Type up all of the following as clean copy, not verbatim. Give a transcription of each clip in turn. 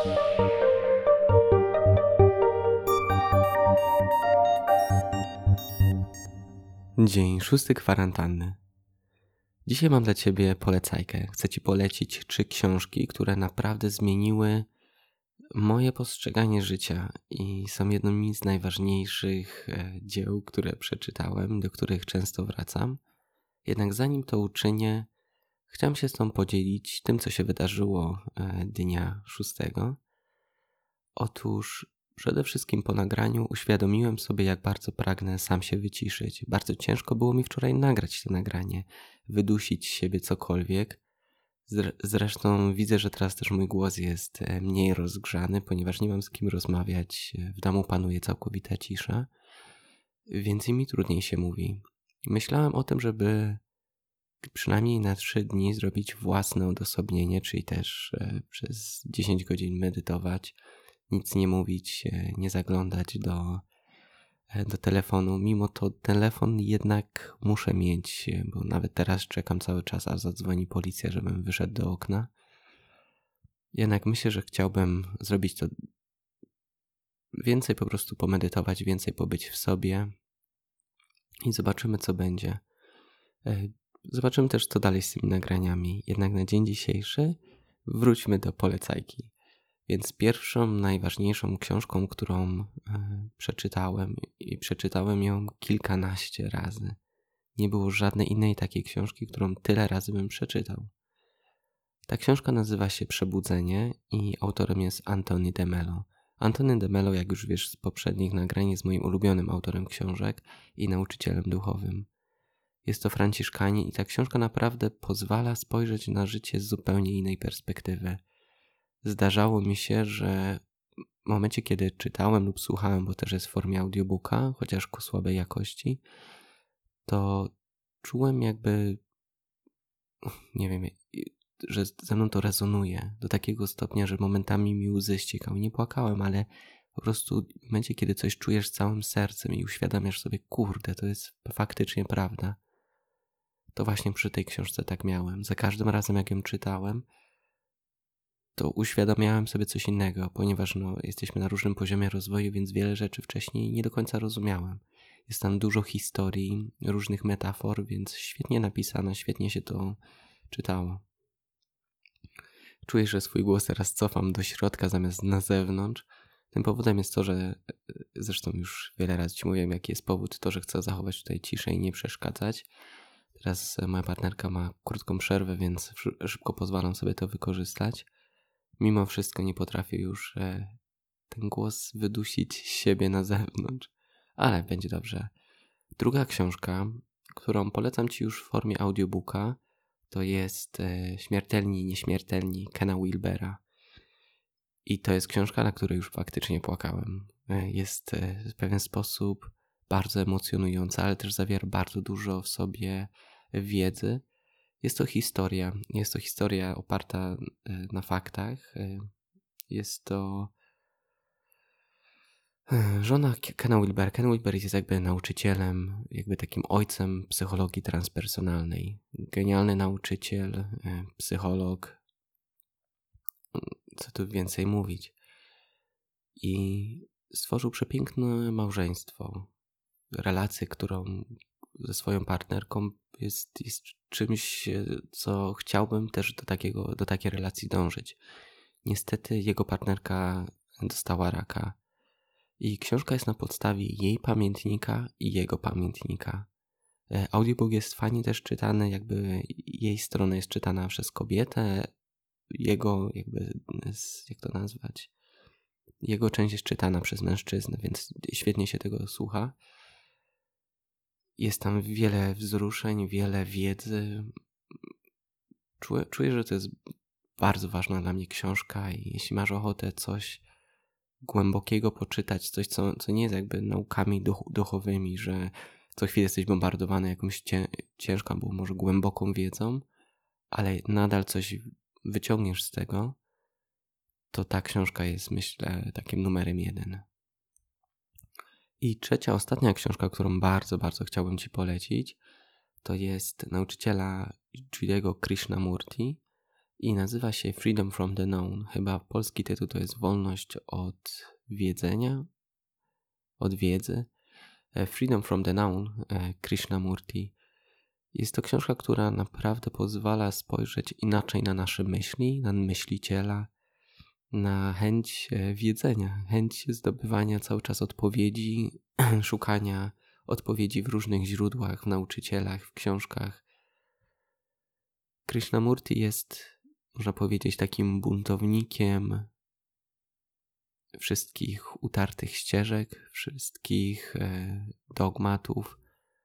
Dzień 6 kwarantanny. Dzisiaj mam dla Ciebie polecajkę. Chcę Ci polecić 3 książki, które naprawdę zmieniły moje postrzeganie życia i są jednymi z najważniejszych dzieł, które przeczytałem, do których często wracam. Jednak zanim to uczynię, chciałem się z Tobą podzielić tym, co się wydarzyło dnia 6. Otóż przede wszystkim po nagraniu uświadomiłem sobie, jak bardzo pragnę sam się wyciszyć. Bardzo ciężko było mi wczoraj nagrać to nagranie, wydusić z siebie cokolwiek. Zresztą widzę, że teraz też mój głos jest mniej rozgrzany, ponieważ nie mam z kim rozmawiać. W domu panuje całkowita cisza, więc i mi trudniej się mówi. Myślałem o tym, żeby przynajmniej na 3 dni zrobić własne odosobnienie, czyli też przez 10 godzin medytować, nic nie mówić, nie zaglądać do telefonu. Mimo to telefon jednak muszę mieć, bo nawet teraz czekam cały czas, aż zadzwoni policja, żebym wyszedł do okna. Jednak myślę, że chciałbym zrobić to więcej, po prostu pomedytować, więcej pobyć w sobie i zobaczymy, co będzie. Zobaczymy też, co dalej z tymi nagraniami. Jednak na dzień dzisiejszy wróćmy do polecajki. Więc pierwszą, najważniejszą książką, którą przeczytałem i przeczytałem ją kilkanaście razy. Nie było żadnej innej takiej książki, którą tyle razy bym przeczytał. Ta książka nazywa się Przebudzenie i autorem jest Anthony DeMello. Anthony DeMello, jak już wiesz z poprzednich nagrań, jest moim ulubionym autorem książek i nauczycielem duchowym. Jest to franciszkanin i ta książka naprawdę pozwala spojrzeć na życie z zupełnie innej perspektywy. Zdarzało mi się, że w momencie, kiedy czytałem lub słuchałem, bo też jest w formie audiobooka, chociaż ku słabej jakości, to czułem jakby, nie wiem, że ze mną to rezonuje do takiego stopnia, że momentami mi łzy ściekały. Nie płakałem, ale po prostu w momencie, kiedy coś czujesz całym sercem i uświadamiasz sobie, kurde, to jest faktycznie prawda. To właśnie przy tej książce tak miałem. Za każdym razem, jak ją czytałem, to uświadamiałem sobie coś innego, ponieważ jesteśmy na różnym poziomie rozwoju, więc wiele rzeczy wcześniej nie do końca rozumiałem. Jest tam dużo historii, różnych metafor, więc świetnie napisane, świetnie się to czytało. Czuję, że swój głos teraz cofam do środka zamiast na zewnątrz. Tym powodem jest to, że zresztą już wiele razy Ci mówiłem, jaki jest powód, to, że chcę zachować tutaj ciszę i nie przeszkadzać. Teraz moja partnerka ma krótką przerwę, więc szybko pozwalam sobie to wykorzystać. Mimo wszystko nie potrafię już ten głos wydusić z siebie na zewnątrz, ale będzie dobrze. Druga książka, którą polecam Ci już w formie audiobooka, to jest Śmiertelni i Nieśmiertelni Kena Wilbera. I to jest książka, na której już faktycznie płakałem. Jest w pewien sposób bardzo emocjonująca, ale też zawiera bardzo dużo w sobie wiedzy. Jest to historia oparta na faktach. Jest to żona Kena Wilbera. Ken Wilber jest jakby nauczycielem, jakby takim ojcem psychologii transpersonalnej. Genialny nauczyciel, psycholog. Co tu więcej mówić. I stworzył przepiękne małżeństwo. Relację, którą ze swoją partnerką jest czymś, co chciałbym też do takiej relacji dążyć. Niestety jego partnerka dostała raka i książka jest na podstawie jej pamiętnika i jego pamiętnika. Audiobook jest fajnie też czytany, jakby jej strona jest czytana przez kobietę, jego jakby, jak to nazwać, jego część jest czytana przez mężczyznę, więc świetnie się tego słucha. Jest tam wiele wzruszeń, wiele wiedzy. Czuję, że to jest bardzo ważna dla mnie książka i jeśli masz ochotę coś głębokiego poczytać, coś, co nie jest jakby naukami duchowymi, że co chwilę jesteś bombardowany jakąś ciężką albo może głęboką wiedzą, ale nadal coś wyciągniesz z tego, to ta książka jest, myślę, takim numerem 1. I trzecia, ostatnia książka, którą bardzo, bardzo chciałbym Ci polecić, to jest nauczyciela Judiego Krishnamurti i nazywa się Freedom from the Known. Chyba polski tytuł to jest Wolność od wiedzenia, od wiedzy. Freedom from the Known Krishnamurti. Jest to książka, która naprawdę pozwala spojrzeć inaczej na nasze myśli, na myśliciela, na chęć wiedzenia, chęć zdobywania cały czas odpowiedzi, szukania odpowiedzi w różnych źródłach, w nauczycielach, w książkach. Krishnamurti jest, można powiedzieć, takim buntownikiem wszystkich utartych ścieżek, wszystkich dogmatów.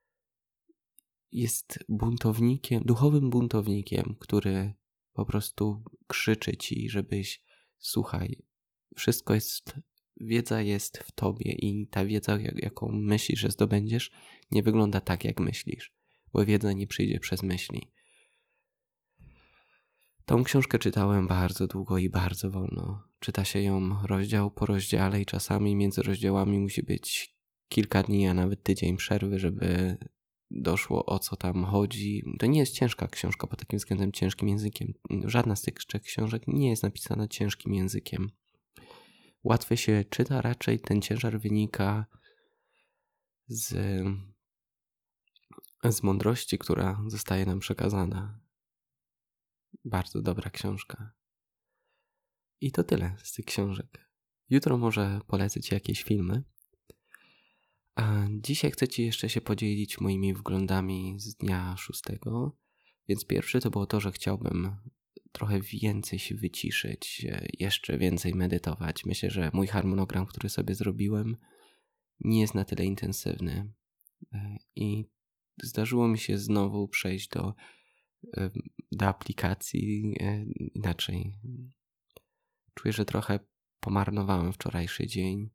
Jest buntownikiem, duchowym buntownikiem, który po prostu krzyczy ci, żebyś słuchaj, wszystko jest, wiedza jest w tobie i ta wiedza, jaką myślisz, że zdobędziesz, nie wygląda tak, jak myślisz, bo wiedza nie przyjdzie przez myśli. Tą książkę czytałem bardzo długo i bardzo wolno. Czyta się ją rozdział po rozdziale i czasami między rozdziałami musi być kilka dni, a nawet tydzień przerwy, żeby doszło, o co tam chodzi. To nie jest ciężka książka pod takim względem ciężkim językiem. Żadna z tych trzech książek nie jest napisana ciężkim językiem. Łatwo się czyta, raczej ten ciężar wynika z mądrości, która zostaje nam przekazana. Bardzo dobra książka. I to tyle z tych książek. Jutro może polecę Ci jakieś filmy. A dzisiaj chcę Ci jeszcze się podzielić moimi wglądami z dnia 6. Więc pierwszy to było to, że chciałbym trochę więcej się wyciszyć, jeszcze więcej medytować. Myślę, że mój harmonogram, który sobie zrobiłem, nie jest na tyle intensywny. I zdarzyło mi się znowu przejść do aplikacji inaczej. Czuję, że trochę pomarnowałem wczorajszy dzień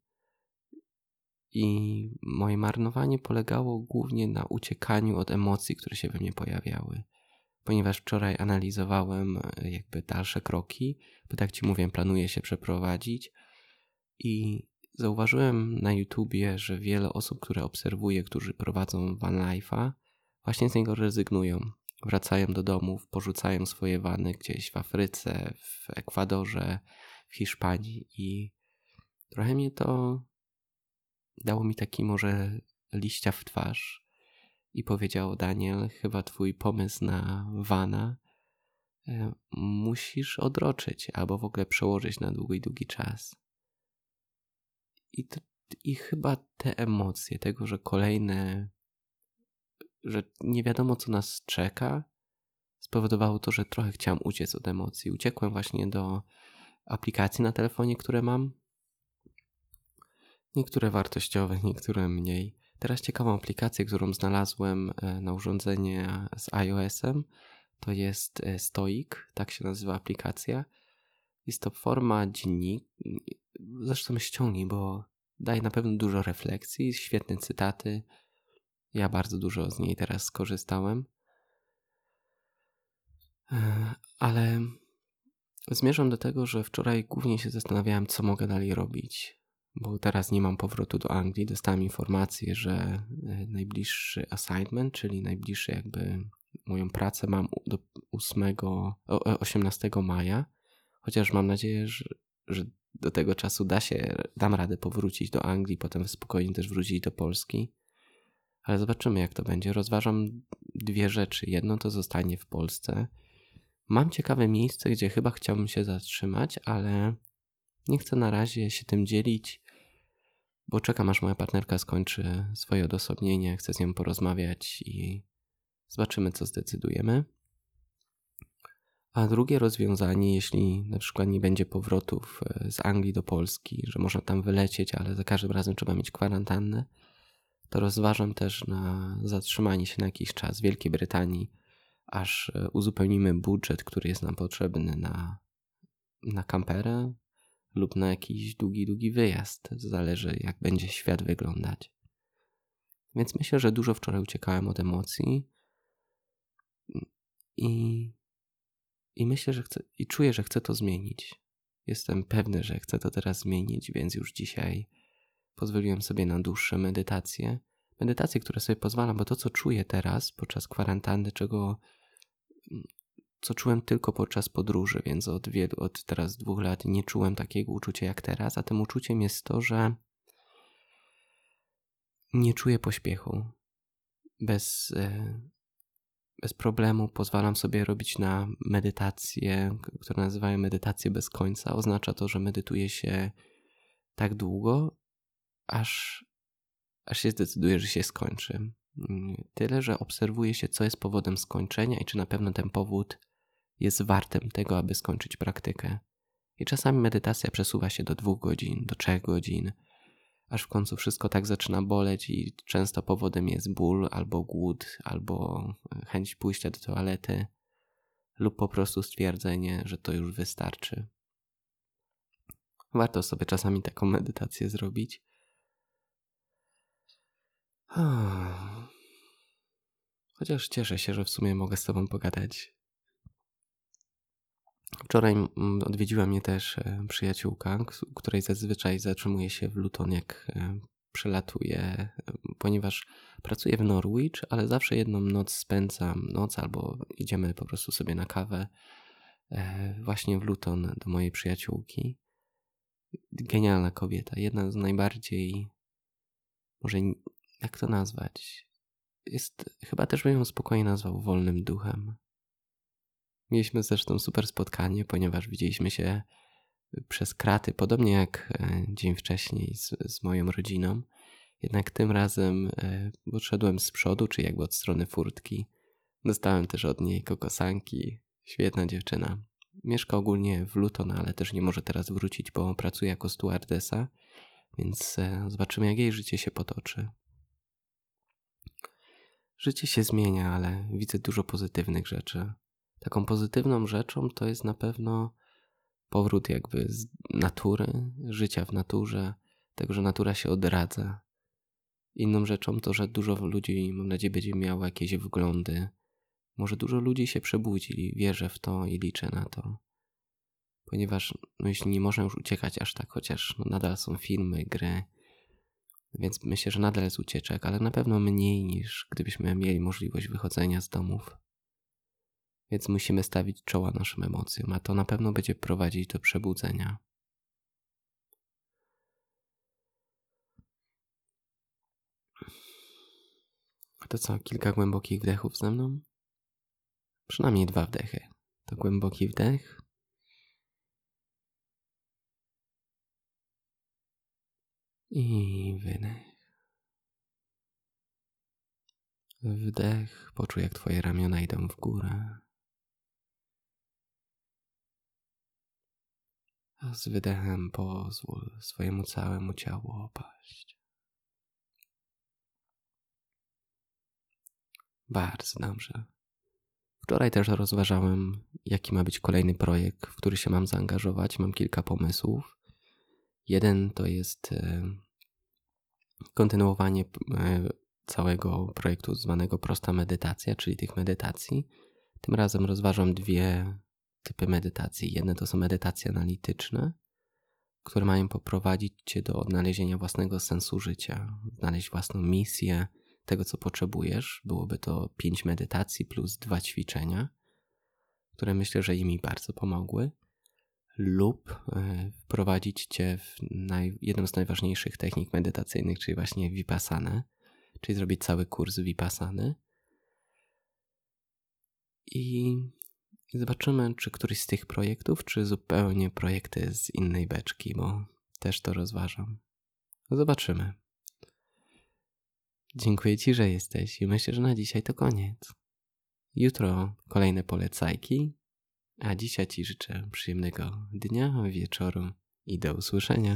i moje marnowanie polegało głównie na uciekaniu od emocji, które się we mnie pojawiały. Ponieważ wczoraj analizowałem jakby dalsze kroki, bo tak Ci mówię, planuję się przeprowadzić i zauważyłem na YouTubie, że wiele osób, które obserwuję, którzy prowadzą van life'a, właśnie z niego rezygnują. Wracają do domów, porzucają swoje vany gdzieś w Afryce, w Ekwadorze, w Hiszpanii i trochę mnie to dało mi taki może liścia w twarz i powiedział: Daniel, chyba twój pomysł na vana musisz odroczyć albo w ogóle przełożyć na długi czas. I chyba te emocje tego, że nie wiadomo co nas czeka, spowodowało to, że trochę chciałem uciec od emocji. Uciekłem właśnie do aplikacji na telefonie, które mam. Niektóre wartościowe, niektóre mniej. Teraz ciekawą aplikację, którą znalazłem na urządzenie z iOS-em, to jest Stoic, tak się nazywa aplikacja. Jest to forma dziennika, zresztą ściągnij, bo daje na pewno dużo refleksji, świetne cytaty. Ja bardzo dużo z niej teraz skorzystałem. Ale zmierzam do tego, że wczoraj głównie się zastanawiałem, co mogę dalej robić. Bo teraz nie mam powrotu do Anglii. Dostałem informację, że najbliższy assignment, czyli najbliższy jakby moją pracę mam do 18 maja. Chociaż mam nadzieję, że do tego czasu dam radę powrócić do Anglii, potem spokojnie też wrócić do Polski. Ale zobaczymy, jak to będzie. Rozważam dwie rzeczy. Jedno to zostanie w Polsce. Mam ciekawe miejsce, gdzie chyba chciałbym się zatrzymać, ale nie chcę na razie się tym dzielić, bo czekam, aż moja partnerka skończy swoje odosobnienie. Chcę z nią porozmawiać i zobaczymy, co zdecydujemy. A drugie rozwiązanie, jeśli na przykład nie będzie powrotów z Anglii do Polski, że można tam wylecieć, ale za każdym razem trzeba mieć kwarantannę, to rozważam też na zatrzymanie się na jakiś czas w Wielkiej Brytanii, aż uzupełnimy budżet, który jest nam potrzebny na kamperę lub na jakiś długi wyjazd. Zależy, jak będzie świat wyglądać. Więc myślę, że dużo wczoraj uciekałem od emocji i myślę, że chcę i czuję, że chcę to zmienić. Jestem pewny, że chcę to teraz zmienić, więc już dzisiaj pozwoliłem sobie na dłuższe medytacje. Medytacje, które sobie pozwalam, bo to, co czuję teraz podczas kwarantanny, co czułem tylko podczas podróży, więc od teraz 2 lat nie czułem takiego uczucia jak teraz, a tym uczuciem jest to, że nie czuję pośpiechu. Bez problemu pozwalam sobie robić na medytację, które nazywają medytację bez końca. Oznacza to, że medytuje się tak długo, aż się zdecyduje, że się skończy. Tyle, że obserwuje się, co jest powodem skończenia i czy na pewno ten powód jest wartym tego, aby skończyć praktykę. I czasami medytacja przesuwa się do 2 godzin, do 3 godzin, aż w końcu wszystko tak zaczyna boleć i często powodem jest ból, albo głód, albo chęć pójścia do toalety, lub po prostu stwierdzenie, że to już wystarczy. Warto sobie czasami taką medytację zrobić. Chociaż cieszę się, że w sumie mogę z tobą pogadać. Wczoraj odwiedziła mnie też przyjaciółka, której zazwyczaj zatrzymuje się w Luton, jak przelatuje, ponieważ pracuję w Norwich, ale zawsze jedną noc spędzam, albo idziemy po prostu sobie na kawę właśnie w Luton do mojej przyjaciółki. Genialna kobieta, jedna z najbardziej, może jak to nazwać, chyba też bym ją spokojnie nazwał wolnym duchem. Mieliśmy zresztą super spotkanie, ponieważ widzieliśmy się przez kraty, podobnie jak dzień wcześniej z moją rodziną. Jednak tym razem odszedłem z przodu, czy jakby od strony furtki. Dostałem też od niej kokosanki. Świetna dziewczyna. Mieszka ogólnie w Luton, ale też nie może teraz wrócić, bo pracuje jako stewardessa, więc zobaczymy, jak jej życie się potoczy. Życie się zmienia, ale widzę dużo pozytywnych rzeczy. Taką pozytywną rzeczą to jest na pewno powrót jakby z natury, życia w naturze, tego, że natura się odradza. Inną rzeczą to, że dużo ludzi, mam nadzieję, będzie miało jakieś wglądy. Może dużo ludzi się przebudzi, wierzę w to i liczę na to. Ponieważ jeśli nie można już uciekać aż tak, chociaż nadal są filmy, gry, więc myślę, że nadal jest ucieczek, ale na pewno mniej niż gdybyśmy mieli możliwość wychodzenia z domów. Więc musimy stawić czoła naszym emocjom, a to na pewno będzie prowadzić do przebudzenia. To co, kilka głębokich wdechów ze mną? Przynajmniej 2 wdechy. To głęboki wdech. I wydech. Wdech, poczuj, jak twoje ramiona idą w górę. A z wydechem pozwól swojemu całemu ciału opaść. Bardzo dobrze. Wczoraj też rozważałem, jaki ma być kolejny projekt, w który się mam zaangażować. Mam kilka pomysłów. Jeden to jest kontynuowanie całego projektu zwanego Prosta Medytacja, czyli tych medytacji. Tym razem rozważam 2 typy medytacji. Jedne to są medytacje analityczne, które mają poprowadzić cię do odnalezienia własnego sensu życia, znaleźć własną misję, tego co potrzebujesz. Byłoby to 5 medytacji plus 2 ćwiczenia, które myślę, że mi bardzo pomogły. Lub wprowadzić cię w jedną z najważniejszych technik medytacyjnych, czyli właśnie Vipassanę, czyli zrobić cały kurs Vipassany. I zobaczymy, czy któryś z tych projektów, czy zupełnie projekty z innej beczki, bo też to rozważam. Zobaczymy. Dziękuję ci, że jesteś i myślę, że na dzisiaj to koniec. Jutro kolejne polecajki, a dzisiaj ci życzę przyjemnego dnia, wieczoru i do usłyszenia.